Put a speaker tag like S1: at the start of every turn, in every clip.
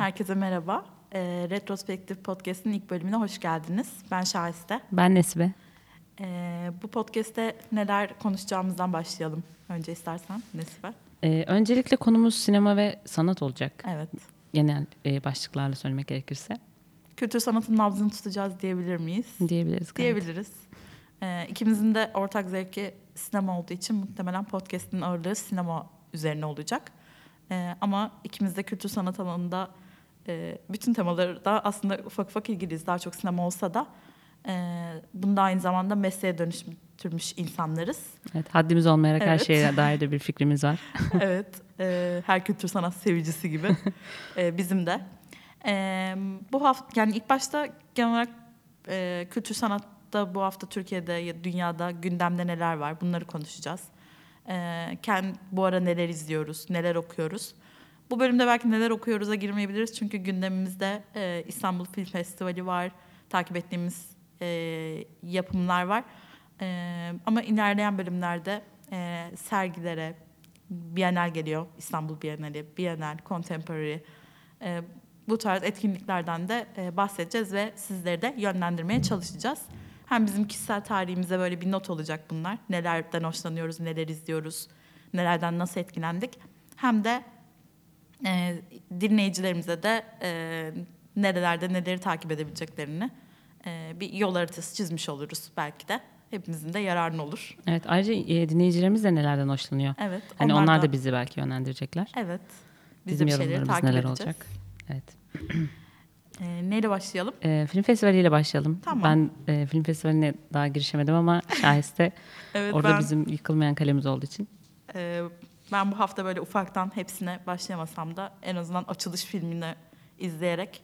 S1: Herkese merhaba. Retrospektif Podcast'in ilk bölümüne hoş geldiniz. Ben Şahiste.
S2: Ben Nesibe.
S1: Bu podcast'te neler konuşacağımızdan başlayalım. Önce istersen Nesibe.
S2: Öncelikle konumuz sinema ve sanat olacak.
S1: Evet.
S2: Genel başlıklarla söylemek gerekirse.
S1: Kültür sanatın nabzını tutacağız diyebilir miyiz?
S2: Diyebiliriz.
S1: Diyebiliriz. İkimizin de ortak zevki sinema olduğu için muhtemelen podcast'in ağırlığı sinema üzerine olacak. Ama ikimiz de kültür sanat alanında bütün temaları da aslında ufak ufak ilgiliyiz. Daha çok sinema olsa da bunda aynı zamanda mesleğe dönüştürmüş insanlarız.
S2: Evet, haddimiz olmayarak her şeye dair de bir fikrimiz var.
S1: Evet, her kültür sanat sevicisi gibi bizim de. Bu hafta yani ilk başta genel olarak kültür sanatta bu hafta Türkiye'de ya dünyada gündemde neler var bunları konuşacağız. Bu ara neler izliyoruz, neler okuyoruz. Bu bölümde belki neler okuyoruz'a girmeyebiliriz çünkü gündemimizde İstanbul Film Festivali var, takip ettiğimiz yapımlar var. Ama ilerleyen bölümlerde sergilere, Bienal geliyor, İstanbul Bienali, Bienal, Contemporary, bu tarz etkinliklerden de bahsedeceğiz ve sizleri de yönlendirmeye çalışacağız. Hem bizim kişisel tarihimize böyle bir not olacak bunlar. Nelerden hoşlanıyoruz, neler izliyoruz, nelerden nasıl etkilendik. Hem de dinleyicilerimize de nerelerde neleri takip edebileceklerini bir yol haritası çizmiş oluruz belki de. Hepimizin de yararına olur.
S2: Evet, ayrıca dinleyicilerimiz de nelerden hoşlanıyor.
S1: Evet.
S2: Hani onlar da bizi belki yönlendirecekler.
S1: Evet.
S2: Bizim yorumlarımız neler olacak. Evet.
S1: Neyle başlayalım?
S2: Film festivaliyle başlayalım.
S1: Tamam.
S2: Ben film festivaline daha girişemedim ama Şahiste
S1: evet,
S2: orada bizim yıkılmayan kalemiz olduğu için.
S1: Ben bu hafta böyle ufaktan hepsine başlayamasam da en azından açılış filmini izleyerek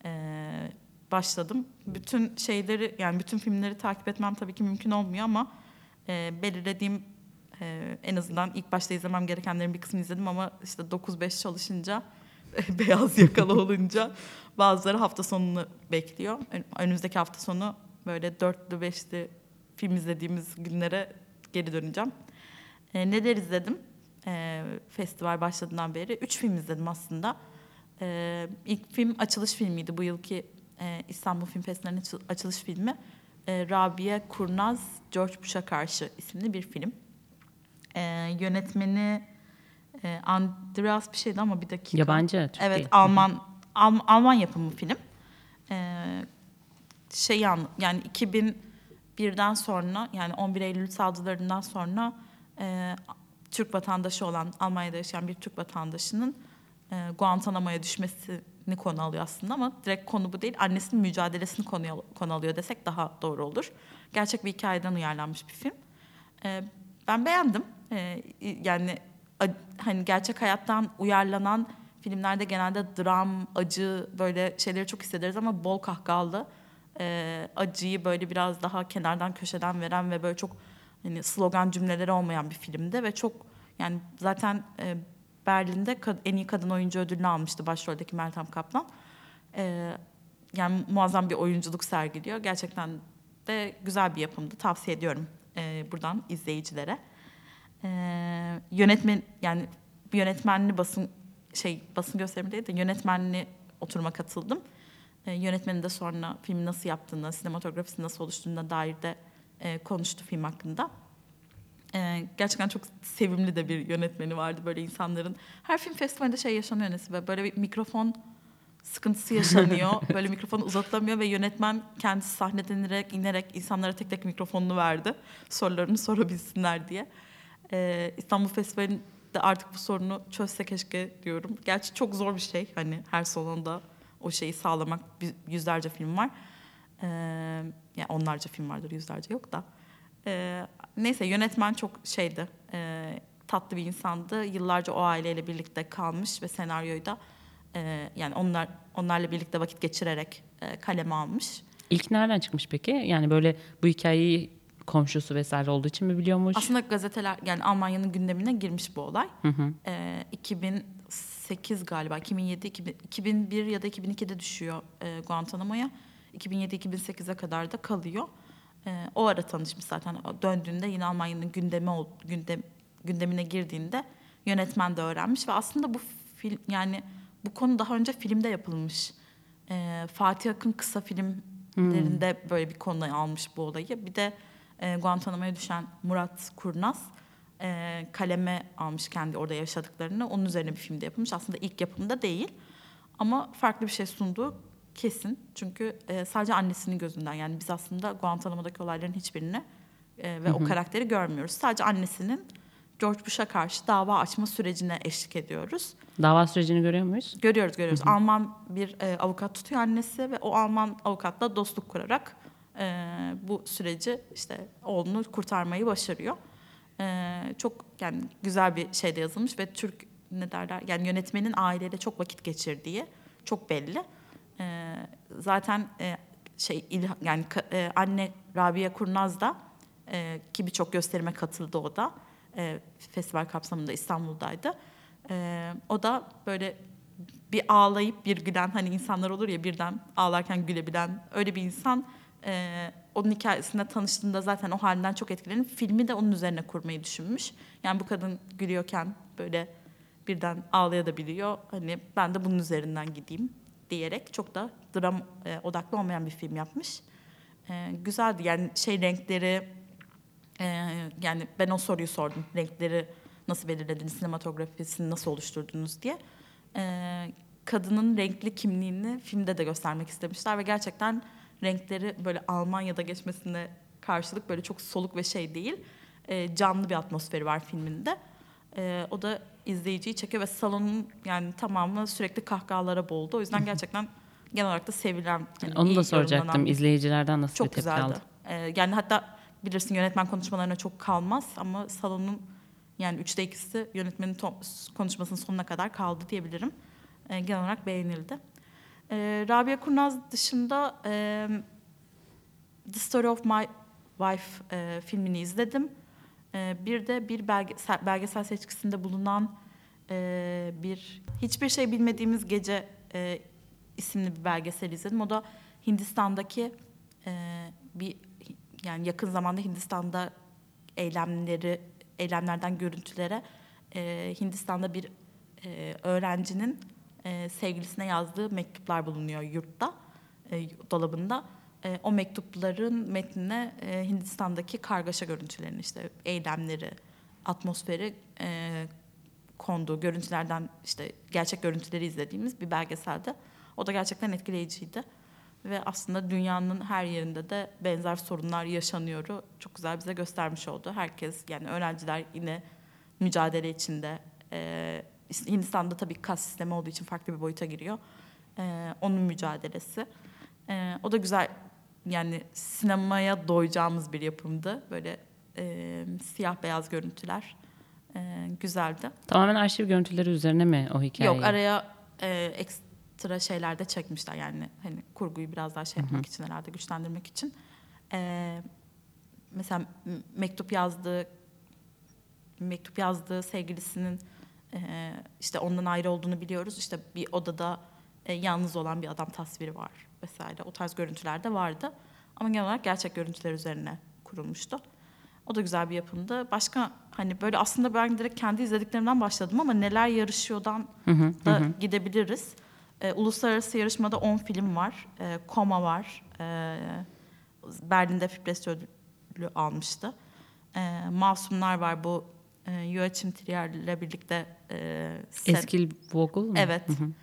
S1: başladım. Bütün şeyleri yani bütün filmleri takip etmem tabii ki mümkün olmuyor ama belirlediğim en azından ilk başta izlemem gerekenlerin bir kısmını izledim ama işte 9-5 çalışınca beyaz yakalı olunca bazıları hafta sonunu bekliyor. Önümüzdeki hafta sonu böyle 4'lü 5'li film izlediğimiz günlere geri döneceğim. Neler izledim? Festival başladığından beri 3 film izledim aslında. İlk film açılış filmiydi bu yılki İstanbul Film Festivali'nin açılış filmi. Rabia Kurnaz, George Bush'a Karşı isimli bir film. Yönetmeni Andreas bir şeydi ama bir dakika.
S2: Yabancı, Türk
S1: evet,
S2: değil.
S1: Alman yapımı film. Yani 2001'den sonra yani 11 Eylül saldırılarından sonra Türk vatandaşı olan Almanya'da yaşayan bir Türk vatandaşının Guantanamo'ya düşmesini konu alıyor aslında ama direkt konu bu değil. Annesinin mücadelesini konu alıyor desek daha doğru olur. Gerçek bir hikayeden uyarlanmış bir film. Ben beğendim. Yani hani gerçek hayattan uyarlanan filmlerde genelde dram, acı böyle şeyleri çok hissederiz ama bol kahkahalı. Acıyı böyle biraz daha kenardan köşeden veren ve böyle çok hani slogan cümleleri olmayan bir filmdi ve çok yani zaten Berlin'de en iyi kadın oyuncu ödülünü almıştı başroldeki Meltem Kaplan. Yani muazzam bir oyunculuk sergiliyor. Gerçekten de güzel bir yapımdı. Tavsiye ediyorum buradan izleyicilere. Yönetmenli basın gösterimi değil de yönetmenli oturuma katıldım. Yönetmenin de sonra filmi nasıl yaptığını, sinematografisi nasıl oluştuğuna dair de konuştu film hakkında. Gerçekten çok sevimli de bir yönetmeni vardı böyle insanların. Her film festivalinde yaşanıyor Nesibe. Böyle bir mikrofon sıkıntısı yaşanıyor. Böyle mikrofonu uzatamıyor ve yönetmen kendisi sahneden inerek insanlara tek tek mikrofonunu verdi. Sorularını sorabilsinler diye. İstanbul Festivali'nde artık bu sorunu çözse keşke diyorum. Gerçi çok zor bir şey. Hani her salonda o şeyi sağlamak, yüzlerce film var. Yani onlarca film vardır, yüzlerce yok da. Neyse yönetmen çok tatlı bir insandı. Yıllarca o aileyle birlikte kalmış ve senaryoyu da yani onlarla birlikte vakit geçirerek kaleme almış.
S2: İlk nereden çıkmış peki? Yani böyle bu hikayeyi komşusu vesaire olduğu için mi biliyormuş?
S1: Aslında gazeteler yani Almanya'nın gündemine girmiş bu olay. 2008 galiba 2001 ya da 2002'de düşüyor Guantanamo'ya. 2007-2008'e kadar da kalıyor. O ara tanışmış zaten. Döndüğünde yine Almanya'nın gündemine girdiğinde yönetmen de öğrenmiş ve aslında bu film yani bu konu daha önce filmde yapılmış. Fatih Akın kısa filmlerinde böyle bir konu almış bu olayı. Bir de Guantanamo'ya düşen Murat Kurnaz kaleme almış kendi orada yaşadıklarını. Onun üzerine bir filmde yapılmış. Aslında ilk yapımda değil. Ama farklı bir şey sunduğu kesin. Çünkü sadece annesinin gözünden, yani biz aslında Guantanamo'daki olayların hiçbirini ve o karakteri görmüyoruz. Sadece annesinin George Bush'a karşı dava açma sürecine eşlik ediyoruz.
S2: Dava sürecini görüyor muyuz?
S1: Görüyoruz. Alman bir avukat tutuyor annesi ve o Alman avukatla dostluk kurarak bu süreci, işte oğlunu kurtarmayı başarıyor. Çok yani güzel bir şey de yazılmış ve Türk ne derler, yani yönetmenin aileyle çok vakit geçirdiği çok belli. Zaten anne Rabia Kurnaz da ki birçok gösterime katıldı o da. Festival kapsamında İstanbul'daydı. O da böyle bir ağlayıp bir gülen, hani insanlar olur ya birden ağlarken gülebilen, öyle bir insan. Onun hikayesinde tanıştığında zaten o halinden çok etkilenip filmi de onun üzerine kurmayı düşünmüş. Yani bu kadın gülüyorken böyle birden ağlayabiliyor. Hani ben de bunun üzerinden gideyim diyerek çok da dram odaklı olmayan bir film yapmış. Güzeldi yani renkleri, yani ben o soruyu sordum. Renkleri nasıl belirlediniz, sinematografisini nasıl oluşturdunuz diye. Kadının renkli kimliğini filmde de göstermek istemişler ve gerçekten renkleri böyle Almanya'da geçmesine karşılık böyle çok soluk ve değil, canlı bir atmosferi var filminde. O da izleyiciyi çekiyor ve salonun yani tamamı sürekli kahkahalara boğuldu. O yüzden gerçekten genel olarak da sevilen. Yani
S2: onu da soracaktım. İzleyicilerden nasıl bir tepki aldı?
S1: Çok güzeldi. Yani hatta bilirsin yönetmen konuşmalarına çok kalmaz ama salonun yani 2/3 yönetmenin konuşmasının sonuna kadar kaldı diyebilirim. Genel olarak beğenildi. Rabia Kurnaz dışında The Story of My Wife filmini izledim. Bir de bir belgesel seçkisinde bulunan bir Hiçbir Şey Bilmediğimiz Gece isimli bir belgesel izledim. O da Hindistan'daki yani yakın zamanda Hindistan'da eylemlerden görüntülere Hindistan'da bir öğrencinin sevgilisine yazdığı mektuplar bulunuyor yurtta, dolabında. O mektupların metnine Hindistan'daki kargaşa görüntülerini, işte eylemleri, atmosferi konduğu görüntülerden, işte gerçek görüntüleri izlediğimiz bir belgeselde. O da gerçekten etkileyiciydi. Ve aslında dünyanın her yerinde de benzer sorunlar yaşanıyor. Çok güzel bize göstermiş oldu. Herkes, yani öğrenciler yine mücadele içinde. Hindistan'da tabii kas sistemi olduğu için farklı bir boyuta giriyor. Onun mücadelesi. O da güzel, yani sinemaya doyacağımız bir yapımdı. Böyle siyah beyaz görüntüler. Güzeldi.
S2: Tamamen arşiv görüntüleri üzerine mi o hikaye?
S1: Yok, araya ekstra şeyler de çekmişler, yani hani kurguyu biraz daha yapmak için, herhalde güçlendirmek için. Mesela mektup yazdığı sevgilisinin işte ondan ayrı olduğunu biliyoruz. İşte bir odada yalnız olan bir adam tasviri var vesaire. O tarz görüntüler de vardı. Ama genel olarak gerçek görüntüler üzerine kurulmuştu. O da güzel bir yapımdı. Başka hani böyle aslında ben direkt kendi izlediklerimden başladım ama neler yarışıyordan da gidebiliriz. Uluslararası yarışmada 10 film var. Koma var. Berlin'de Fibres ödülü almıştı. Masumlar var, bu Joachim Trier'le birlikte.
S2: Eskil Vogel mu?
S1: Evet.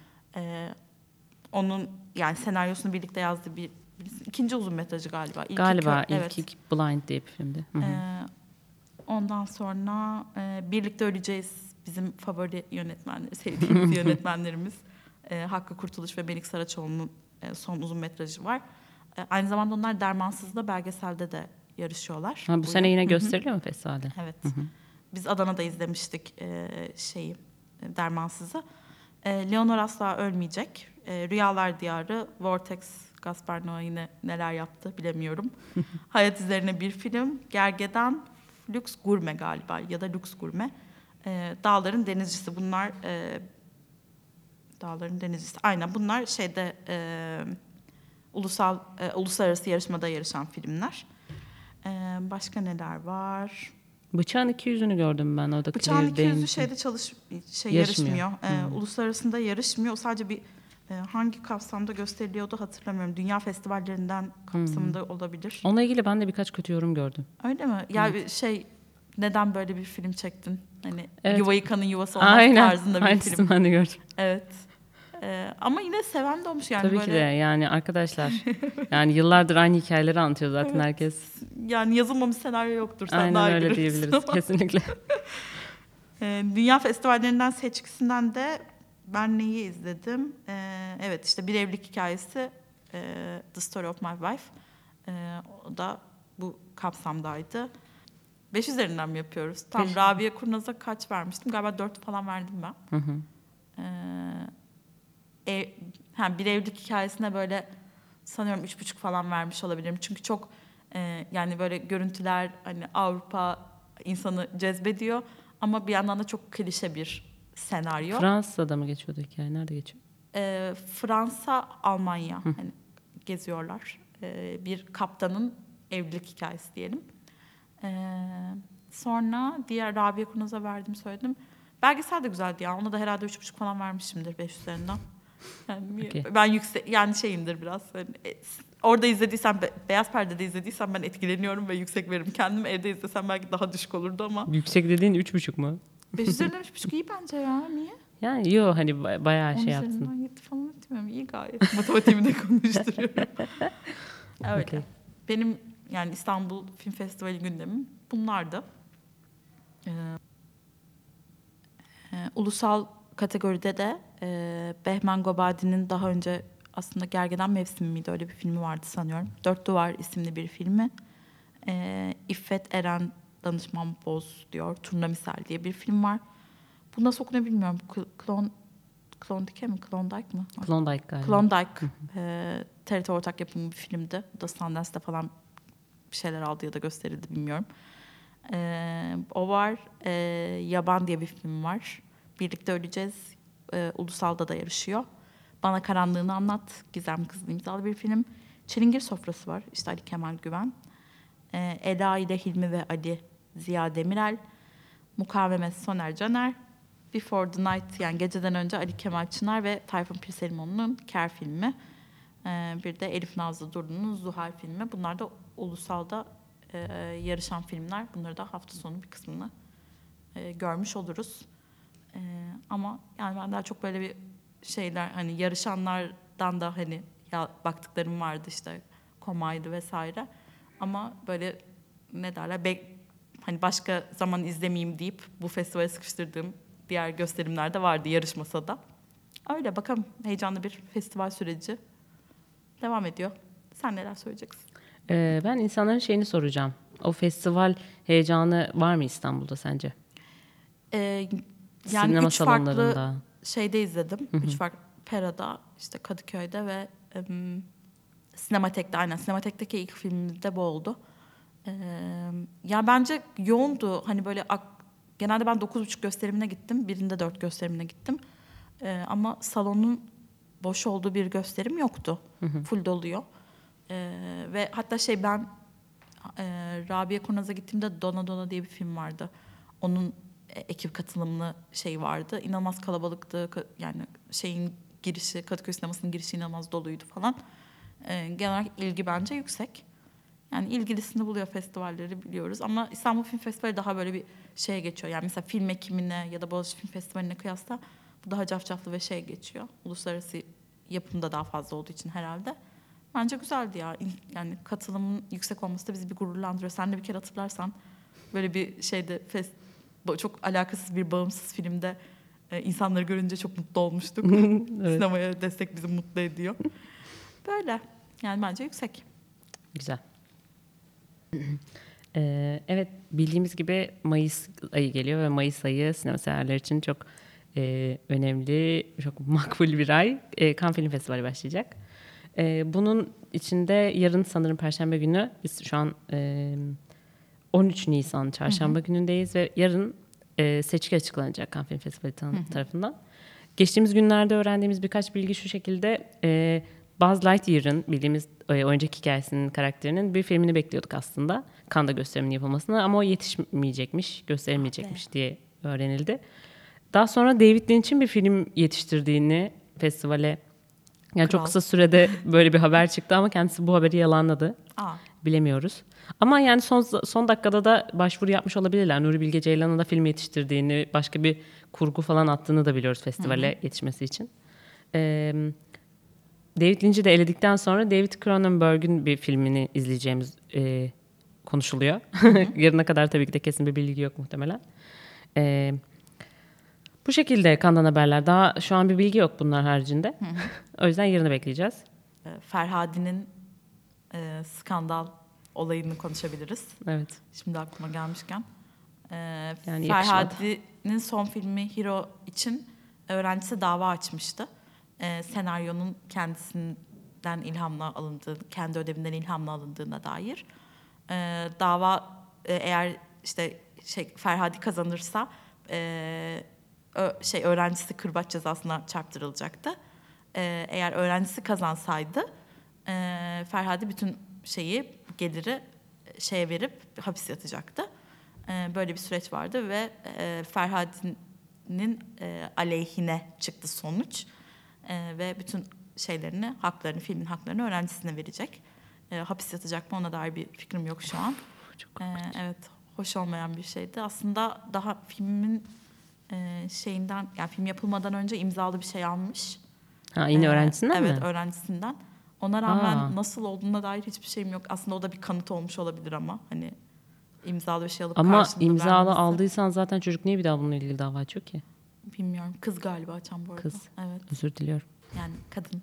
S1: Onun yani senaryosunu birlikte yazdığı ikinci uzun metrajı galiba.
S2: İlk Blind diye bir filmdi.
S1: Ondan sonra Birlikte Öleceğiz, bizim favori yönetmenleri, sevdiğimiz yönetmenlerimiz. Hakkı Kurtuluş ve Melik Saraçoğlu'nun son uzun metrajı var. Aynı zamanda onlar Dermansız'da belgeselde de yarışıyorlar.
S2: Bu sene yine gösteriliyor mu festivalde?
S1: Evet. Biz Adana'da izlemiştik Dermansız'ı. Leonor Asla Ölmeyecek. Rüyalar Diyarı, Vortex, Gaspar Noé yine neler yaptı bilemiyorum. Hayat üzerine bir film. Gergedan, Lüks Gurme galiba ya da Lüks Gurme. Dağların Denizcisi, bunlar Dağların Denizcisi. Aynen, bunlar uluslararası yarışmada yarışan filmler. Başka neler var?
S2: Bıçağın iki yüzünü gördüm ben orada.
S1: Bıçağın iki yüzü
S2: Değince.
S1: şeyde yarışmıyor. Uluslararasında yarışmıyor. O sadece bir hangi kapsamda gösteriliyordu hatırlamıyorum. Dünya festivallerinden kapsamında olabilir.
S2: Onunla ilgili ben de birkaç kötü yorum gördüm.
S1: Öyle mi? Ya neden böyle bir film çektin? Hani
S2: Evet.
S1: yuva yıkanın yuvası olmaz
S2: Aynen.
S1: tarzında bir
S2: Aynısını
S1: film.
S2: ben de gördüm.
S1: Evet. Ama yine seven de olmuş yani.
S2: Tabii
S1: böyle...
S2: ki de yani arkadaşlar. Yani yıllardır aynı hikayeleri anlatıyor zaten herkes.
S1: Yani yazılmamış senaryo yoktur. Sen
S2: Aynen
S1: daha iyi
S2: öyle
S1: bilirsin
S2: diyebiliriz
S1: ama.
S2: kesinlikle.
S1: Dünya festivallerinden seçkisinden de ben neyi izledim? Evet işte Bir Evlilik Hikayesi, The Story of My Wife. O da bu kapsamdaydı. 5 üzerinden mi yapıyoruz? Tam Rabia Kurnaz'a kaç vermiştim? Galiba 4 falan verdim ben. Bir Evlilik Hikayesine böyle sanıyorum 3,5 falan vermiş olabilirim. Çünkü çok yani böyle görüntüler hani Avrupa insanı cezbediyor. Ama bir yandan da çok klişe bir senaryo.
S2: Fransa'da mı geçiyordu hikaye? Nerede geçiyor?
S1: Fransa, Almanya hani geziyorlar. Bir kaptanın evlilik hikayesi diyelim. Sonra diğer Rabia Kurnaz'a verdim söyledim. Belgesel de güzeldi ya. Ona da herhalde 3,5 falan vermişimdir 5 üzerinden. Yani
S2: Okay.
S1: ben yani şeyimdir biraz. Yani, orada izlediysen, Beyaz Perde'de izlediysen ben etkileniyorum ve yüksek veririm. Kendim evde izlesem belki daha düşük olurdu ama.
S2: Yüksek dediğin 3,5 mu?
S1: 5 üzerinden 3,5 iyi bence ya. Niye?
S2: Yani yok hani bayağı şey yaptın.
S1: 10 üzerinden 7 falan etmiyorum. İyi gayet. Matematiğimi de konuşturuyorum. Öyle.
S2: Okay.
S1: Benim yani İstanbul Film Festivali gündemim bunlardı. Ulusal kategoride de Behmen Gobadi'nin daha önce aslında Gergedan Mevsimi miydi öyle bir filmi vardı sanıyorum. Dört Duvar isimli bir filmi. İffet Eren Danışman Boz diyor. Turna Misal diye bir film var. Bu nasıl okunuyor bilmiyorum. Klondike mi? Klondike mı?
S2: Klondike galiba.
S1: Klondike. TRT ortak yapımı bir filmdi. Bu da Sundance'da falan bir şeyler aldı ya da gösterildi bilmiyorum. O var. Yaban diye bir film var. Birlikte Öleceğiz. Ulusal'da da yarışıyor. Bana Karanlığını Anlat. Gizem Kızıl imzalı bir film. Çilingir Sofrası var. İşte Ali Kemal Güven. Ela ile Hilmi ve Ali Ziya Demirel. Mukavemet Soner Caner. Before the Night yani Geceden Önce Ali Kemal Çınar ve Tayfun Pirselimoğlu'nun Ker filmi. Bir de Elif Nazlı Durdu'nun Zuhal filmi. Bunlar da Ulusal'da yarışan filmler. Bunları da hafta sonu bir kısmını görmüş oluruz. Ama yani ben daha çok böyle bir şeyler hani yarışanlardan da hani ya baktıklarım vardı işte Koma'ydı vesaire. Ama böyle ne derler hani başka zaman izlemeyeyim deyip bu festivale sıkıştırdığım diğer gösterimler de vardı yarışmasa da. Öyle bakalım heyecanlı bir festival süreci devam ediyor. Sen neler söyleyeceksin?
S2: Ben insanların şeyini soracağım. O festival heyecanı var mı İstanbul'da sence?
S1: Yani
S2: Sinema
S1: 3 farklı
S2: salonlarında.
S1: şeyde izledim. 3 farklı Pera'da, işte Kadıköy'de ve Sinematek'te. Aynen Sinematek'teki ilk filmimde bu oldu. Ya bence yoğundu. Hani böyle genelde ben 9,5 gösterimine gittim. Birinde 4 gösterimine gittim. Ama salonun boş olduğu bir gösterim yoktu. Full doluyor. Ve hatta ben Rabia Kurnaz'a gittiğimde Dona Dona diye bir film vardı. Onun ekip katılımlı vardı. İnanılmaz kalabalıktı. Yani girişi, Kadıköy sinemasının girişi inanılmaz doluydu falan. Genel olarak ilgi bence yüksek. Yani ilgilisini buluyor festivalleri biliyoruz. Ama İstanbul Film Festivali daha böyle bir şeye geçiyor. Yani mesela film ekimine ya da Boğaziçi Film Festivali'ne kıyasla bu daha cafcaflı ve geçiyor. Uluslararası yapımda daha fazla olduğu için herhalde. Bence güzeldi ya. Yani katılımın yüksek olması da bizi bir gururlandırıyor. Sen de bir kere hatırlarsan böyle bir çok alakasız bir bağımsız filmde insanları görünce çok mutlu olmuştuk. Evet. Sinemaya destek bizi mutlu ediyor. Böyle. Yani bence yüksek.
S2: Güzel. Evet, bildiğimiz gibi Mayıs ayı geliyor ve Mayıs ayı sinema severler için çok önemli, çok makbul bir ay. Cannes Film Festivali başlayacak. Bunun içinde yarın sanırım Perşembe günü, biz şu an 13 Nisan Çarşamba günündeyiz ve yarın seçki açıklanacak Cannes Film Festivali tarafından. Geçtiğimiz günlerde öğrendiğimiz birkaç bilgi şu şekilde: Buzz Lightyear'ın bildiğimiz oyuncak hikayesinin karakterinin bir filmini bekliyorduk aslında. Cannes'da gösteriminin yapılmasını ama o yetişmeyecekmiş, gösterilmeyecekmiş diye öğrenildi. Daha sonra David Lynch'in bir film yetiştirdiğini festivale, yani çok kısa sürede böyle bir haber çıktı ama kendisi bu haberi yalanladı. Bilemiyoruz. Ama yani son dakikada da başvuru yapmış olabilirler. Nuri Bilge Ceylan'ın da film yetiştirdiğini, başka bir kurgu falan attığını da biliyoruz festivale yetişmesi için. David Lynch'i de eledikten sonra David Cronenberg'ün bir filmini izleyeceğimiz konuşuluyor. Yarına kadar tabii ki de kesin bir bilgi yok muhtemelen. Bu şekilde Cannes'dan haberler. Daha şu an bir bilgi yok bunlar haricinde. O yüzden yarını bekleyeceğiz.
S1: Ferhadi'nin skandal olayını konuşabiliriz.
S2: Evet.
S1: Şimdi aklıma gelmişken.
S2: Yani
S1: Ferhadi'nin son filmi Hero için öğrencisi dava açmıştı. Senaryonun kendisinden ilhamla alındığı, kendi ödevinden ilhamla alındığına dair. Dava eğer işte Ferhadi kazanırsa öğrencisi kırbaç cezasına çarptırılacaktı. Eğer öğrencisi kazansaydı Ferhadi bütün geliri verip hapis yatacaktı. Böyle bir süreç vardı ve Ferhadi'nin aleyhine çıktı sonuç. Ve bütün haklarını, filmin haklarını öğrencisine verecek. Hapis yatacak mı ona dair bir fikrim yok şu an. Evet, hoş olmayan bir şeydi. Aslında daha filmin yani film yapılmadan önce imzalı bir şey almış.
S2: Yine öğrencisinden mi?
S1: Evet, öğrencisinden. Ona rağmen nasıl olduğuna dair hiçbir şeyim yok. Aslında o da bir kanıt olmuş olabilir ama hani imzalı bir şey alıp
S2: ama
S1: karşılığını
S2: imzalı
S1: vermesi.
S2: Aldıysan zaten çocuk niye bir daha bununla ilgili dava açıyor ki?
S1: Bilmiyorum. Kız galiba açan bu arada.
S2: Kız.
S1: Evet.
S2: Özür diliyorum.
S1: Yani kadın.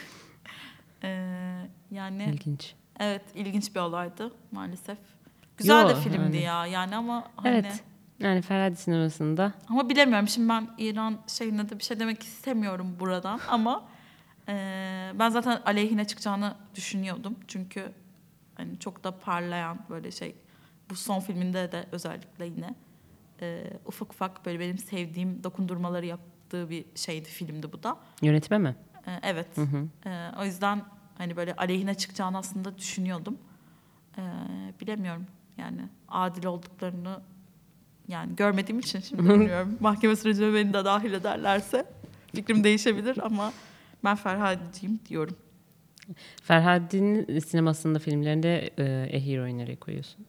S1: Yani
S2: İlginç.
S1: Evet, ilginç bir olaydı maalesef. Güzel de filmdi yani ama hani.
S2: Evet. Yani Ferhadi sinemasında.
S1: Ama bilemiyorum şimdi ben İran şeyine de bir şey demek istemiyorum buradan ama ben zaten aleyhine çıkacağını düşünüyordum. Çünkü hani çok da parlayan böyle bu son filminde de özellikle yine ufak ufak böyle benim sevdiğim dokundurmaları yaptığı bir filmdi bu da.
S2: Yönetme mi?
S1: Evet. O yüzden hani böyle aleyhine çıkacağını aslında düşünüyordum. Bilemiyorum yani adil olduklarını yani görmediğim için şimdi bilmiyorum. Mahkeme sürecine beni de dahil ederlerse fikrim değişebilir ama ben Ferhadi'ciyim diyorum.
S2: Ferhadi'nin sinemasında filmlerinde A Hero'yu nereye koyuyorsun?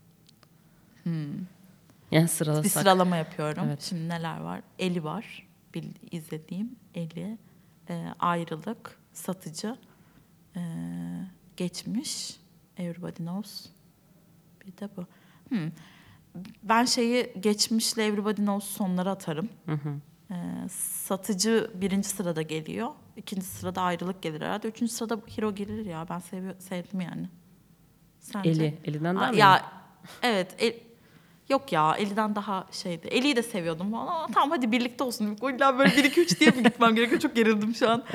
S2: Yani sıralasak.
S1: Bir sıralama yapıyorum.
S2: Evet.
S1: Şimdi neler var? Eli var. İzlediğim Eli. Ayrılık. Satıcı. Geçmiş. Everybody Knows. Bir de bu. Ben Geçmiş'le Everybody Knows sonlara atarım. Satıcı 1. sırada geliyor. 2. sırada Ayrılık gelir herhalde. 3. sırada Hero gelir ya. Ben sevdim yani. Sence?
S2: Eli'den daha mı?
S1: Ya evet. Yok ya Eli'den daha şeydi. Eli'yi de seviyordum falan ama tamam hadi birlikte olsun. İlla böyle 1-2-3 diye mi gitmem gerekiyor? Çok gerildim şu an.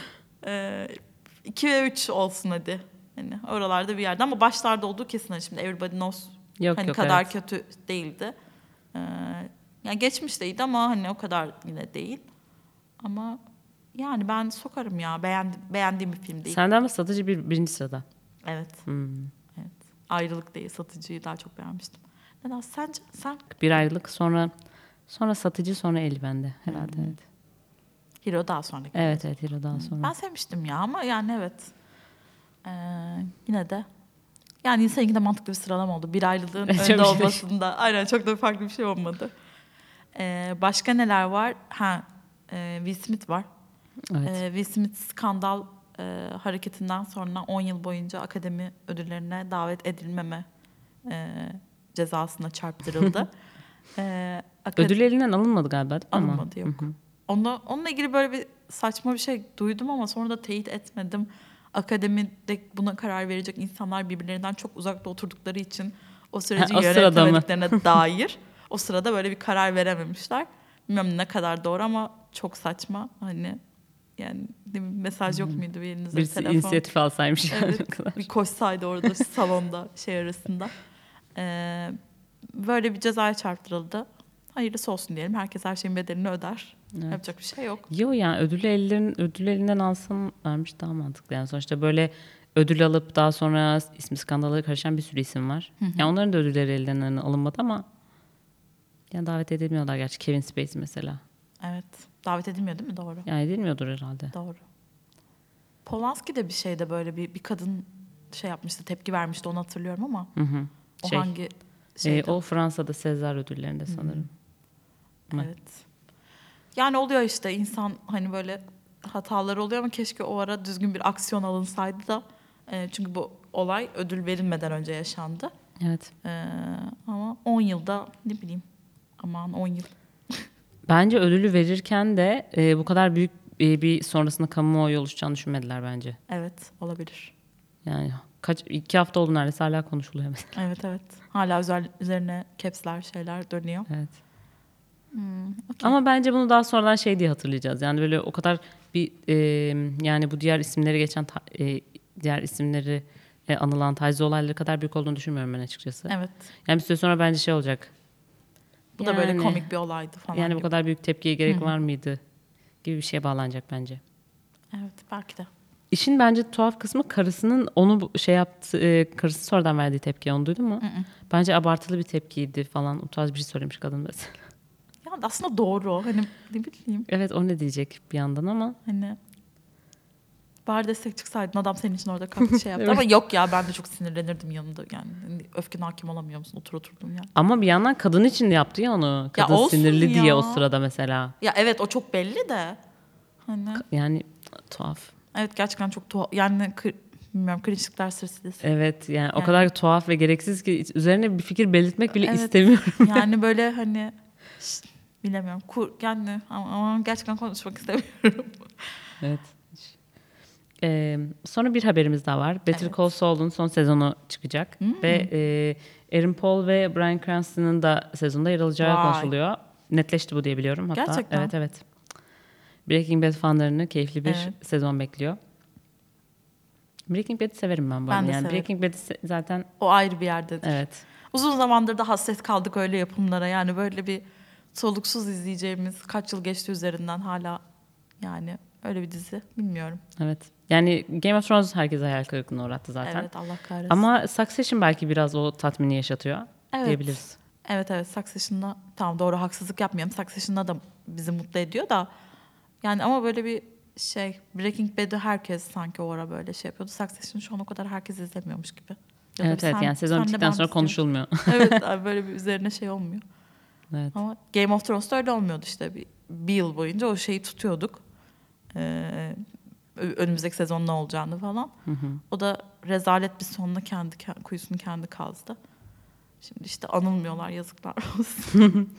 S1: 2 ve 3 olsun hadi. Hani oralarda bir yerde ama başlarda olduğu kesin. Şimdi Everybody Knows kadar kötü değildi. Yani geçmiş de iyiydi ama hani o kadar yine değil. Ama yani ben sokarım ya. Beğendiğim bir film değil.
S2: Senden mi Satıcı 1. sırada?
S1: Evet. Evet. Ayrılık değil, Satıcı'yı daha çok beğenmiştim. Neden? Sence? Sen?
S2: Bir Ayrılık sonra Satıcı sonra Eli bende herhalde. Evet.
S1: Hero daha sonra.
S2: Evet Hero daha sonra.
S1: Ben sevmiştim ya ama yani evet. Yine de yani seninki de mantıklı bir sıralama oldu. Bir Ayrılığın önde olmasında. Aynen çok da farklı bir şey olmadı. Başka neler var? Will Smith var.
S2: Evet.
S1: Will Smith skandal hareketinden sonra 10 yıl boyunca akademi ödüllerine davet edilmeme cezasına çarptırıldı.
S2: Ödül elinden alınmadı galiba değil mi?
S1: Alınmadı yok. Onunla ilgili böyle bir saçma bir şey duydum ama sonra da teyit etmedim. Akademide buna karar verecek insanlar birbirlerinden çok uzakta oturdukları için o süreci yönetemediklerine dair o sırada böyle bir karar verememişler. Bilmiyorum ne kadar doğru ama çok saçma. Hani yani bir mesaj yok muydu bir elinizde bir telefon?
S2: İnisiyatif alsaymış.
S1: Evet, bir koşsaydı orada salonda arasında. Böyle bir cezaya çarptırıldı. hayırlısı olsun diyelim. Herkes her şeyin bedelini öder.
S2: Evet.
S1: Yapacak bir şey yok.
S2: Yo yani ödülü elinden alsın vermiş daha mantıklı. Yani sonuçta böyle ödül alıp daha sonra ismi skandala karışan bir sürü isim var. Yani onların da ödülleri elinden alınmadı ama yani davet edilmiyorlar gerçi. Kevin Spacey mesela.
S1: Evet. Davet edilmiyor değil mi? Doğru.
S2: Yani edilmiyordur herhalde.
S1: Doğru. Polanski de bir şeyde böyle bir kadın şey yapmıştı, tepki vermişti, onu hatırlıyorum ama o hangi şeydi?
S2: O Fransa'da Sezar ödüllerinde sanırım.
S1: Evet. Yani oluyor işte, insan hani böyle hataları oluyor ama keşke o ara düzgün bir aksiyon alınsaydı da çünkü bu olay ödül verilmeden önce yaşandı.
S2: Evet.
S1: Ama 10 yılda ne bileyim, aman 10 yıl.
S2: Bence ödülü verirken de bu kadar büyük bir sonrasında kamuoyu oluşacağını düşünmediler bence.
S1: Evet, olabilir.
S2: Yani 2 hafta oldu neredeyse hala konuşuluyor mesela.
S1: Evet. Hala üzerine caps'ler şeyler dönüyor.
S2: Evet.
S1: Okay.
S2: Ama bence bunu daha sonradan şey diye hatırlayacağız. Yani böyle o kadar bir yani bu diğer isimleri geçen diğer isimleri anılan taciz olayları kadar büyük olduğunu düşünmüyorum ben açıkçası.
S1: Evet.
S2: Yani bir süre sonra bence şey olacak.
S1: Bu da böyle komik bir olaydı falan
S2: Yani
S1: gibi.
S2: bu kadar büyük tepkiye gerek var mıydı gibi bir şeye bağlanacak bence.
S1: Evet, belki de.
S2: İşin bence tuhaf kısmı karısının onu şey yaptı, karısı sonradan verdiği tepki, onu duydun mu? Bence abartılı bir tepkiydi falan. O tarz bir şey söylemiş kadın mesela.
S1: Ya aslında doğru. Hani ne bileyim.
S2: Evet, o ne diyecek bir yandan ama.
S1: Hani bari destek çıksaydın, adam senin için orada kalktı şey yaptı. Ama yok ya, ben de çok sinirlenirdim yanında. Yani öfkene hakim olamıyor musun? Oturdun yani.
S2: Ama bir yandan kadın için de yaptı ya onu. Kadın
S1: olsun
S2: sinirli
S1: ya.
S2: diye o sırada mesela.
S1: Ya evet, o çok belli de. Hani
S2: Yani tuhaf.
S1: evet, gerçekten çok tuhaf. Yani bilmiyorum, cringe'likler silsilesi.
S2: Evet yani o kadar tuhaf ve gereksiz ki üzerine bir fikir belirtmek bile
S1: Evet.
S2: istemiyorum.
S1: Yani böyle hani bilemiyorum. Yani ama gerçekten konuşmak istemiyorum.
S2: Evet. Sonra bir haberimiz daha var. Better
S1: Evet.
S2: Call Saul'un son sezonu çıkacak. Ve Aaron Paul ve Bryan Cranston'ın da sezonda yer alacağı
S1: Vay.
S2: konuşuluyor. Netleşti bu diye biliyorum hatta.
S1: Gerçekten.
S2: Evet. Breaking Bad fanlarını keyifli bir sezon bekliyor. Breaking Bad'i severim ben bu arada.
S1: Ben de
S2: Yani
S1: severim.
S2: Breaking Bad'i zaten...
S1: O ayrı bir yerdedir.
S2: Evet.
S1: Uzun zamandır da hasret kaldık öyle yapımlara. Yani böyle bir soluksuz izleyeceğimiz, kaç yıl geçti üzerinden, hala yani öyle bir dizi bilmiyorum.
S2: Evet. Yani Game of Thrones herkese hayal kırıklığına uğrattı zaten.
S1: Evet, Allah kahretsin.
S2: Ama Succession belki biraz o tatmini yaşatıyor diyebiliriz.
S1: Evet. Succession'da tamam, doğru, haksızlık yapmayalım. Succession'da da bizi mutlu ediyor da. Yani ama böyle bir şey, Breaking Bad'i herkes sanki o ara böyle şey yapıyordu. Succession'ı şu an o kadar herkes izlemiyormuş gibi. Ya
S2: Evet yani sezon bittikten sonra konuşulmuyor.
S1: Evet, böyle bir üzerine şey olmuyor.
S2: Evet.
S1: Ama Game of Thrones'ta öyle olmuyordu işte. Bir yıl boyunca o şeyi tutuyorduk. Önümüzdeki sezon ne olacağını falan. O da rezalet bir sonla kendi kuyusunu kendi kazdı. Şimdi işte anılmıyorlar, yazıklar olsun.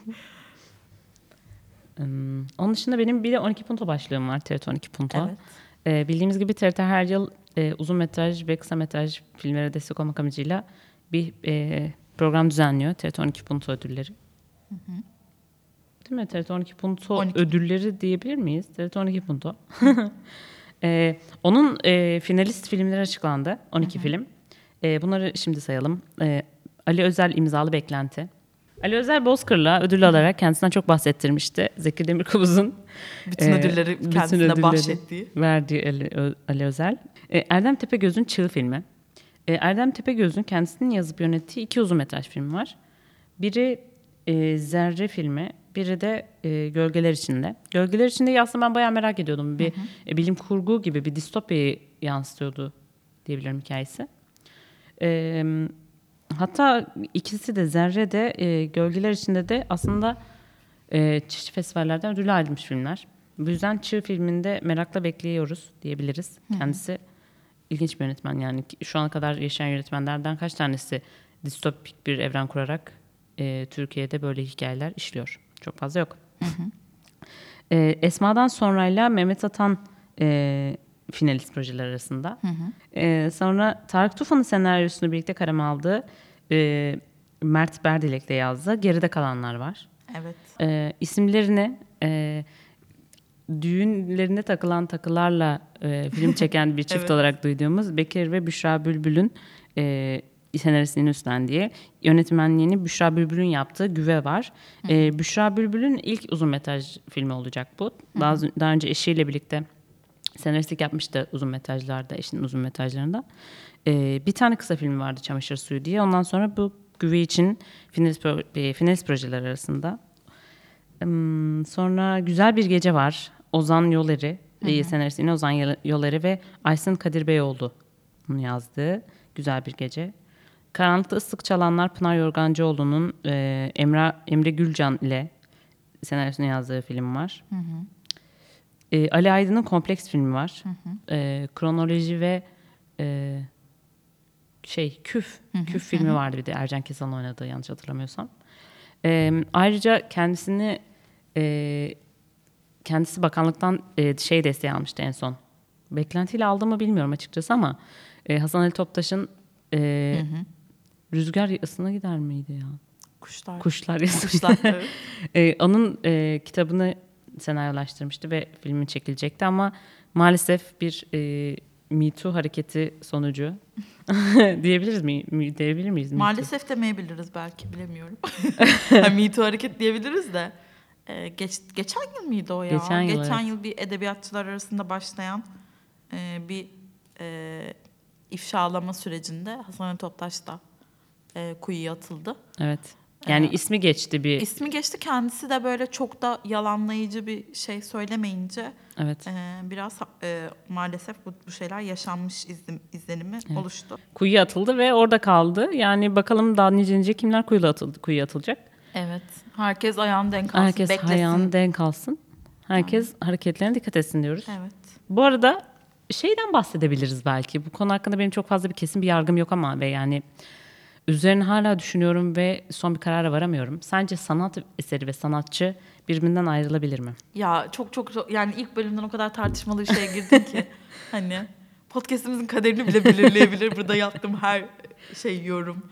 S2: Onun dışında benim bir de 12 Punto başlığım var. TRT 12 Punto.
S1: Evet.
S2: Bildiğimiz gibi TRT her yıl uzun metraj ve kısa metraj filmlere destek olmak amacıyla bir program düzenliyor. TRT 12 Punto ödülleri. Değil mi? TRT 12 Punto
S1: 12.
S2: ödülleri diyebilir miyiz? TRT 12 Punto. Onun finalist filmleri açıklandı. 12 film. Bunları şimdi sayalım. Ali Özel imzalı Beklenti. Ali Özel Bozkır'la ödül alarak kendisinden çok bahsettirmişti. Zeki Demirkubuz'un
S1: Bütün ödülleri kendisine bahşettiği.
S2: Verdiği Ali Özel. Erdem Tepegöz'ün Çığ filmi. Erdem Tepegöz'ün kendisinin yazıp yönettiği 2 uzun metraj filmi var. Biri Zerre filmi, biri de Gölgeler İçinde. Gölgeler İçinde'yi aslında ben bayağı merak ediyordum. Bir bilim kurgu gibi bir distopyayı yansıtıyordu diyebilirim hikayesi. Hatta ikisi de, Zerre de Gölgeler İçinde de aslında çeşitli festivallerden ödül almış filmler. Bu yüzden Çığ filminde merakla bekliyoruz diyebiliriz. Kendisi ilginç bir yönetmen, yani şu ana kadar yaşayan yönetmenlerden kaç tanesi distopik bir evren kurarak Türkiye'de böyle hikayeler işliyor. Çok fazla yok. Esma'dan sonrayla Mehmet Atan finalist projeler arasında. Sonra Tarık Tufan'ın senaryosunu birlikte kaleme aldığı Mert Berdilek'le yazdı. Geride Kalanlar var.
S1: Evet.
S2: İsimlerini düğünlerine takılan takılarla film çeken bir çift olarak duyduğumuz Bekir ve Büşra Bülbül'ün senaristliğini üstlendiği, yönetmenliğini Büşra Bülbül'ün yaptığı Güve var. Büşra Bülbül'ün ilk uzun metraj filmi olacak bu. Daha önce eşiyle birlikte senaristlik yapmıştı uzun metrajlarda, eşinin uzun metrajlarında. Bir tane kısa filmi vardı, Çamaşır Suyu diye. Ondan sonra bu Güve için finalist projeler arasında. Sonra Güzel Bir Gece var. Ozan Yolları, senaristliğini Ozan Yolları ve Aysin Kadir Beyoğlu'nun yazdığı Güzel Bir Gece. Karanlıkta Islık Çalanlar, Pınar Yorgancıoğlu'nun Emre Gülcan ile senaryosunu yazdığı film var. Ali Aydın'ın Kompleks filmi var. Kronoloji ve Küf filmi vardı bir de, Ercan Kesal'ın oynadığı, yanlış hatırlamıyorsam. Ayrıca kendisi bakanlıktan desteği almıştı en son. Beklentiyle aldı mı bilmiyorum açıkçası ama Hasan Ali Toptaş'ın Rüzgar Yasına Gider miydi ya? Kuşlar Yasına. Evet. Onun kitabını senaryolaştırmıştı ve filmi çekilecekti ama maalesef bir Me Too hareketi sonucu diyebilir miyiz?
S1: Maalesef demeyebiliriz belki, bilemiyorum. Me Too hareket diyebiliriz de. Geçen yıl mıydı o ya? Geçen yıl bir edebiyatçılar arasında başlayan bir ifşalama sürecinde Hasan Ali Toptaş da kuyuya atıldı.
S2: Evet. Yani ismi geçti bir.
S1: İsmi geçti, kendisi de böyle çok da yalanlayıcı bir şey söylemeyince
S2: evet.
S1: Biraz maalesef bu şeyler yaşanmış izlenimi oluştu.
S2: Kuyuya atıldı ve orada kaldı. Yani bakalım daha nice kimler kuyuya atılacak.
S1: Evet. Herkes ayağını denk alsın.
S2: Herkes ayağını denk alsın. Herkes hareketlerine dikkat etsin diyoruz.
S1: Evet.
S2: Bu arada şeyden bahsedebiliriz belki. Bu konu hakkında benim çok fazla kesin bir yargım yok ama ve yani üzerine hala düşünüyorum ve son bir karara varamıyorum. Sence sanat eseri ve sanatçı birbirinden ayrılabilir mi?
S1: Ya çok yani ilk bölümden o kadar tartışmalı bir şeye girdin ki hani podcast'imizin kaderini bile belirleyebilir burada yaptığım her yorum.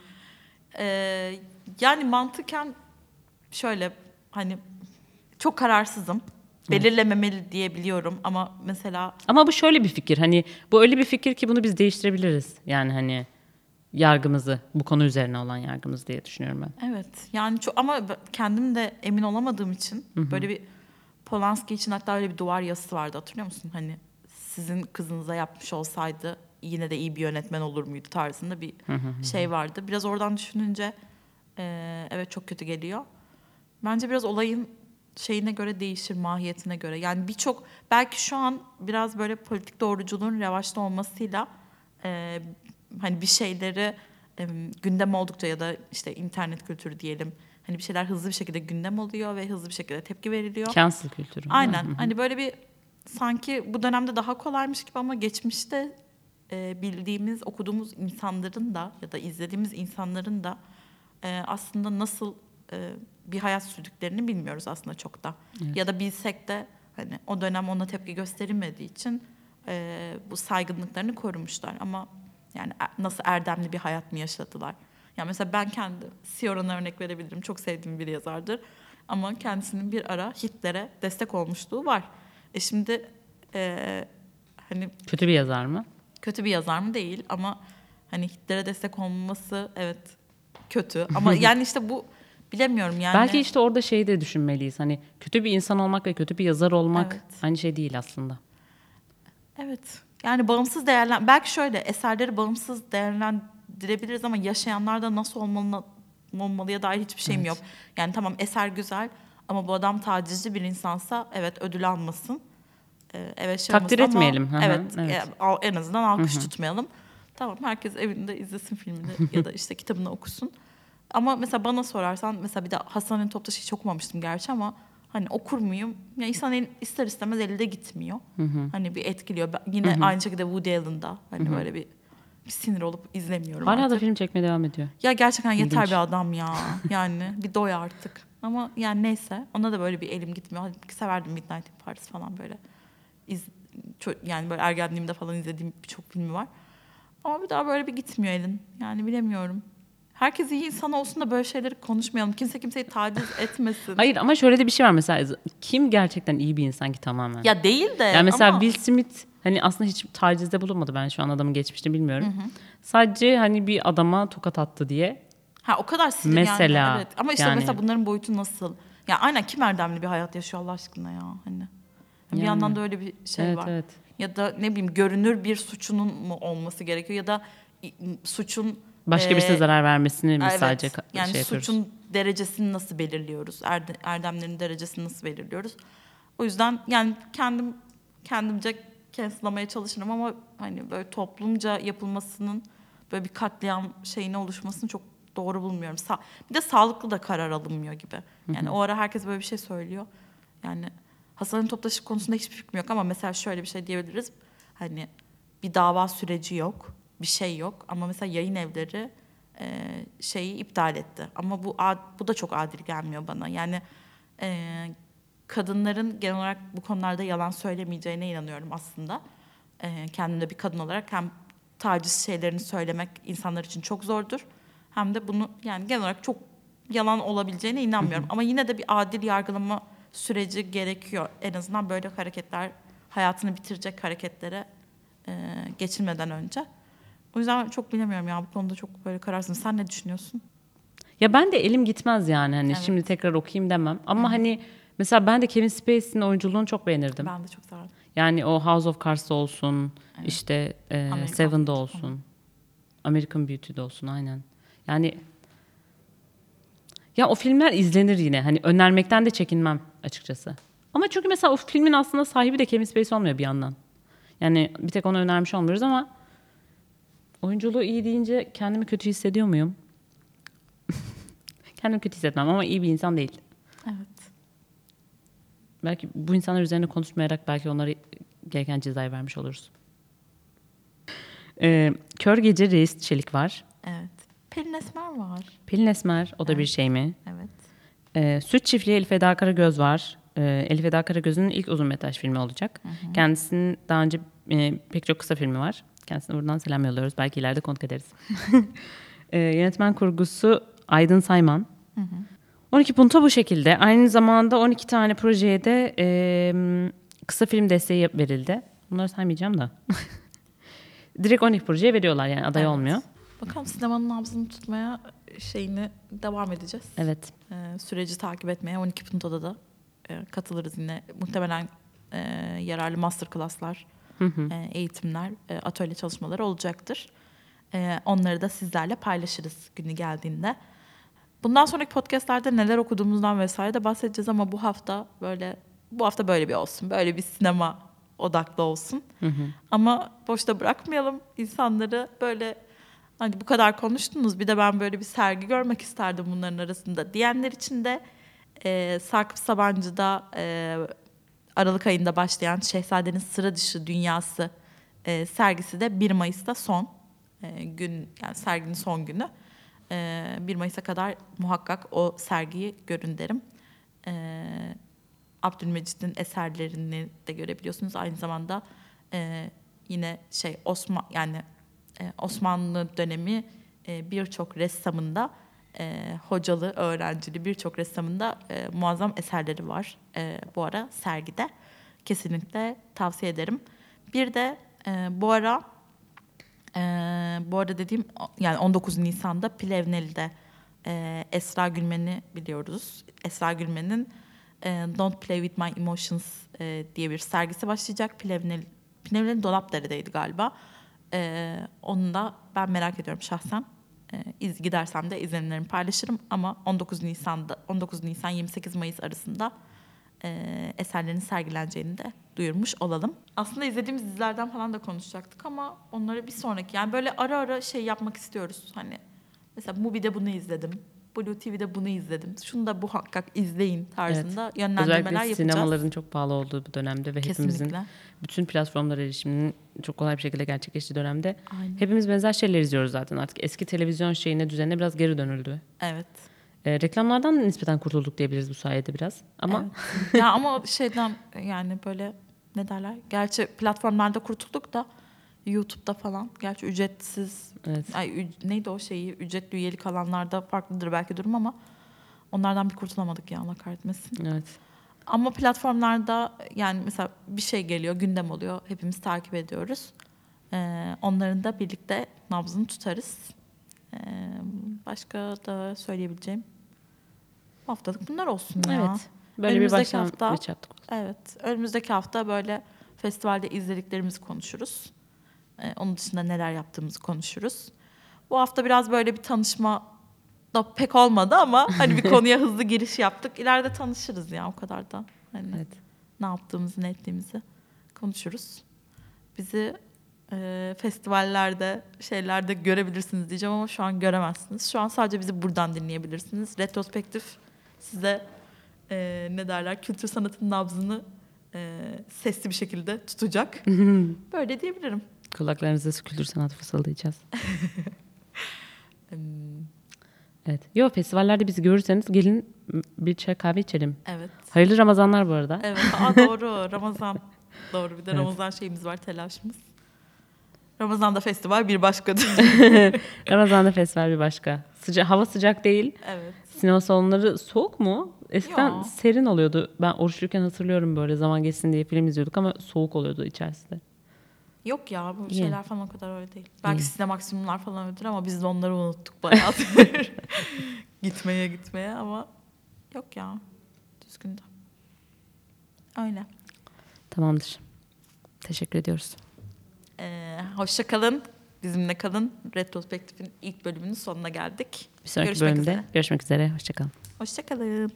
S1: Yani mantıken şöyle, hani çok kararsızım. Belirlememeli diyebiliyorum ama mesela...
S2: Ama bu şöyle bir fikir, hani bu öyle bir fikir ki bunu biz değiştirebiliriz. Yani hani yargımızı, bu konu üzerine olan yargımızı diye düşünüyorum ben.
S1: Evet yani ama kendim de emin olamadığım için böyle bir Polanski için hatta öyle bir duvar yazısı vardı, hatırlıyor musun? Hani sizin kızınıza yapmış olsaydı yine de iyi bir yönetmen olur muydu tarzında bir şey vardı. Biraz oradan düşününce evet çok kötü geliyor. Bence biraz olayın şeyine göre değişir, mahiyetine göre. Yani birçok, belki şu an biraz böyle politik doğruculuğun revaçta olmasıyla hani bir şeyleri gündem oldukça ya da işte internet kültürü diyelim, hani bir şeyler hızlı bir şekilde gündem oluyor ve hızlı bir şekilde tepki veriliyor.
S2: Cancel kültürü.
S1: Aynen. Hani böyle bir sanki bu dönemde daha kolaymış gibi ama geçmişte bildiğimiz, okuduğumuz insanların da ya da izlediğimiz insanların da aslında nasıl bir hayat sürdüklerini bilmiyoruz aslında çok da. Evet. Ya da bilsek de hani o dönem ona tepki gösterilmediği için bu saygınlıklarını korumuşlar. Ama yani nasıl erdemli bir hayat mı yaşadılar? Yani mesela ben kendi Sioran'a örnek verebilirim. Çok sevdiğim bir yazardır. Ama kendisinin bir ara Hitler'e destek olmuşluğu var. Şimdi hani...
S2: Kötü bir yazar mı?
S1: Kötü bir yazar mı? Değil ama hani Hitler'e destek olması evet kötü. Ama yani işte bu bilemiyorum yani.
S2: Belki işte orada şeyi de düşünmeliyiz. Hani kötü bir insan olmak ve kötü bir yazar olmak
S1: evet.
S2: aynı şey değil aslında.
S1: Evet. Yani bağımsız belki şöyle eserleri bağımsız değerlendirebiliriz ama yaşayanlarda nasıl olmalıya dair hiçbir şeyim yok. Yani tamam, eser güzel ama bu adam tacizci bir insansa evet ödül almasın. Evet,
S2: takdir etmeyelim.
S1: Ama, evet. En azından alkış tutmayalım. Tamam, herkes evinde izlesin filmini ya da işte kitabını okusun. Ama mesela bana sorarsan, mesela bir de Hasan Ali Toptaş'ı hiç okumamıştım gerçi ama hani okur muyum? Ya insan ister istemez elde gitmiyor. Hani bir etkiliyor. Yine aynı şekilde Woody Allen'da hani böyle bir sinir olup izlemiyorum
S2: Hala
S1: artık.
S2: da film çekmeye devam ediyor.
S1: Ya gerçekten yeter bir adam ya. Yani bir doy artık. Ama yani neyse, ona da böyle bir elim gitmiyor. Halbuki severdim Midnight in Paris falan böyle. Yani böyle ergenliğimde falan izlediğim birçok filmi var. Ama bir daha böyle bir gitmiyor elin. Yani bilemiyorum. Herkes iyi insan olsun da böyle şeyleri konuşmayalım. Kimse kimseyi taciz etmesin.
S2: Hayır ama şöyle de bir şey var mesela. Kim gerçekten iyi bir insan ki tamamen?
S1: Ya değil de
S2: yani mesela
S1: ama...
S2: Will Smith Hani aslında hiç tacizde bulunmadı, ben şu an adamın geçmişini bilmiyorum. Sadece hani bir adama tokat attı diye.
S1: Ha o kadar sinir
S2: Mesela,
S1: yani. Evet. Ama işte
S2: yani.
S1: mesela bunların boyutu nasıl? Ya aynen kim erdemli bir hayat yaşıyor Allah aşkına ya hani. Bir
S2: Yani.
S1: yandan da öyle bir şey
S2: Evet,
S1: var.
S2: evet.
S1: Ya da ne bileyim görünür bir suçunun mu olması gerekiyor ya da suçun
S2: Başka birisine zarar vermesini mi
S1: evet,
S2: sadece
S1: yani
S2: şey yapıyoruz?
S1: suçun derecesini nasıl belirliyoruz? Erdemlerin derecesini nasıl belirliyoruz? O yüzden yani kendimce cancel'lamaya çalışırım ama hani böyle toplumca yapılmasının böyle bir katliam şeyine oluşmasını çok doğru bulmuyorum. Bir de sağlıklı da karar alınmıyor gibi. Yani o ara herkes böyle bir şey söylüyor. Yani Hasan'ın Toptaş'ı konusunda hiçbir fikrim yok ama mesela şöyle bir şey diyebiliriz. Hani bir dava süreci yok, bir şey yok ama mesela yayın evleri şeyi iptal etti. Ama bu da çok adil gelmiyor bana. Yani kadınların genel olarak bu konularda yalan söylemeyeceğine inanıyorum aslında. Kendim de bir kadın olarak hem taciz şeylerini söylemek insanlar için çok zordur. Hem de bunu yani genel olarak çok yalan olabileceğine inanmıyorum. Ama yine de bir adil yargılama süreci gerekiyor. En azından böyle hareketler hayatını bitirecek hareketlere geçilmeden önce. O yüzden çok bilemiyorum ya bu konuda çok böyle kararsın. Sen ne düşünüyorsun?
S2: Ya ben de elim gitmez yani hani
S1: Evet.
S2: şimdi tekrar okuyayım demem. Ama hani mesela ben de Kevin Spacey'nin oyunculuğunu çok beğenirdim.
S1: Ben de çok severim.
S2: Yani o House of Cards'da olsun, işte
S1: Amerikan
S2: Seven'da
S1: Beauty
S2: olsun,
S1: falan.
S2: American Beauty'de olsun aynen. Yani ya o filmler izlenir yine. Hani önermekten de çekinmem açıkçası. Ama çünkü mesela o filmin aslında sahibi de Kevin Spacey olmuyor bir yandan. Yani bir tek ona önermiş olmuyoruz ama oyunculuğu iyi deyince kendimi kötü hissediyor muyum? Kendimi kötü hissetmem ama iyi bir insan değil.
S1: Evet.
S2: Belki bu insanlar üzerine konuşmayarak belki onlara gereken cezayı vermiş oluruz. Kör Gece Reis Çelik var.
S1: Evet. Pelin Esmer var.
S2: Pelin Esmer, o da bir
S1: Evet.
S2: şey mi?
S1: Evet.
S2: Süt Çiftliği Elif Eda Karagöz var. Elif Eda Karagöz'ün ilk uzun metraj filmi olacak. Kendisinin daha önce pek çok kısa filmi var. Kendisine buradan selam yolluyoruz. Belki ileride konuk ederiz. Yönetmen kurgusu Aydın Sayman. 12 Punto bu şekilde. Aynı zamanda 12 tane projeye de kısa film desteği verildi. Bunları saymayacağım da. Direkt 12 projeye veriyorlar yani aday olmuyor.
S1: Bakalım sinemanın nabzını tutmaya şeyini devam edeceğiz.
S2: Evet.
S1: Süreci takip etmeye 12 Punto'da da katılırız yine. Muhtemelen yararlı masterclasslar, eğitimler, atölye çalışmaları olacaktır. Onları da sizlerle paylaşırız günü geldiğinde. Bundan sonraki podcastlerde neler okuduğumuzdan vesaire de bahsedeceğiz ama bu hafta böyle bir olsun. Böyle bir sinema odaklı olsun. Ama boşta bırakmayalım insanları böyle hani bu kadar konuştunuz bir de ben böyle bir sergi görmek isterdim bunların arasında diyenler için de Sakıp Sabancı'da Aralık ayında başlayan Şehzadenin Sıra Dışı Dünyası sergisi de 1 Mayıs'ta son gün yani serginin son günü. 1 Mayıs'a kadar muhakkak o sergiyi görün derim. Abdülmecit'in eserlerini de görebiliyorsunuz. Aynı zamanda yine Osmanlı dönemi birçok ressamında hocalı, öğrencili birçok ressamında muazzam eserleri var bu ara sergide. Kesinlikle tavsiye ederim. Bir de bu ara dediğim yani 19 Nisan'da Plevneli'de Esra Gülmen'i biliyoruz. Esra Gülmen'in Don't Play With My Emotions diye bir sergisi başlayacak. Plevneli Dolapdere'deydi galiba. Onu da ben merak ediyorum şahsen. Gidersem de izlenimlerimi paylaşırım ama 19 Nisan 28 Mayıs arasında eserlerinin sergileneceğini de duyurmuş olalım. Aslında izlediğimiz dizilerden falan da konuşacaktık ama onları bir sonraki yani böyle ara ara şey yapmak istiyoruz. Hani mesela Mubi'de bunu izledim. Blue TV'de bunu izledim. Şunu da muhakkak izleyin tarzında yönlendirmeler
S2: Özellikle
S1: yapacağız.
S2: sinemaların çok pahalı olduğu bir dönemde ve hepimizin
S1: Kesinlikle.
S2: bütün platformlara erişiminin çok kolay bir şekilde gerçekleştiği dönemde
S1: Aynen.
S2: hepimiz benzer şeyler izliyoruz zaten artık. Eski televizyon düzenine biraz geri dönüldü.
S1: Evet.
S2: Reklamlardan nispeten kurtulduk diyebiliriz bu sayede biraz. Ama
S1: evet. Ya ama şeyden yani böyle ne derler? Gerçi platformlarda kurtulduk da YouTube'da falan. Gerçi ücretsiz.
S2: evet.
S1: Neydi o şeyi? Ücretli üyelik alanlarda farklıdır belki durum ama onlardan bir kurtulamadık ya Allah kahretmesin.
S2: Evet.
S1: Ama platformlarda yani mesela bir şey geliyor, gündem oluyor. Hepimiz takip ediyoruz. Onların da birlikte nabzını tutarız. Başka da söyleyebileceğim bu haftalık bunlar olsun ya.
S2: Evet. Böyle bir
S1: Önümüzdeki
S2: başlangıç yaptık.
S1: Evet. Önümüzdeki hafta böyle festivalde izlediklerimizi konuşuruz. Onun dışında neler yaptığımızı konuşuruz. Bu hafta biraz böyle bir tanışma da pek olmadı ama hani bir konuya hızlı giriş yaptık. İleride tanışırız ya, o kadar da. Hani
S2: Evet.
S1: ne yaptığımızı, ne ettiğimizi konuşuruz. Bizi festivallerde, şeylerde görebilirsiniz diyeceğim ama şu an göremezsiniz. Şu an sadece bizi buradan dinleyebilirsiniz. Retrospektif size ne derler, kültür sanatının nabzını sesli bir şekilde tutacak. Böyle diyebilirim.
S2: Kulaklarınıza kültür sanat fısıldayacağız. Evet. Yo, festivallerde bizi görürseniz gelin bir çay kahve içelim.
S1: Evet.
S2: Hayırlı Ramazanlar bu arada.
S1: Evet. Doğru. Ramazan. Doğru. Bir de
S2: Evet.
S1: Ramazan şeyimiz var, telaşımız. Ramazan'da festival bir başkadır.
S2: Ramazan'da festival bir başka. Hava sıcak değil.
S1: Evet.
S2: Sinema salonları soğuk mu? Eskiden
S1: Yo.
S2: serin oluyordu. Ben oruçluyken hatırlıyorum, böyle zaman geçsin diye film izliyorduk ama soğuk oluyordu içerisinde.
S1: Yok ya, bu
S2: İyi.
S1: şeyler falan o kadar öyle değil. Belki
S2: İyi.
S1: Sinemaksimumlar falan öyledir ama biz de onları unuttuk bayağıdır. gitmeye ama yok ya. Düzgün de. Öyle.
S2: Tamamdır. Teşekkür ediyoruz.
S1: Hoşça kalın. Bizimle kalın. Retrospektif'in ilk bölümünün sonuna geldik.
S2: Bir sonraki
S1: Görüşmek
S2: bölümde
S1: üzere.
S2: görüşmek üzere. Hoşça kalın.
S1: Hoşça kalın.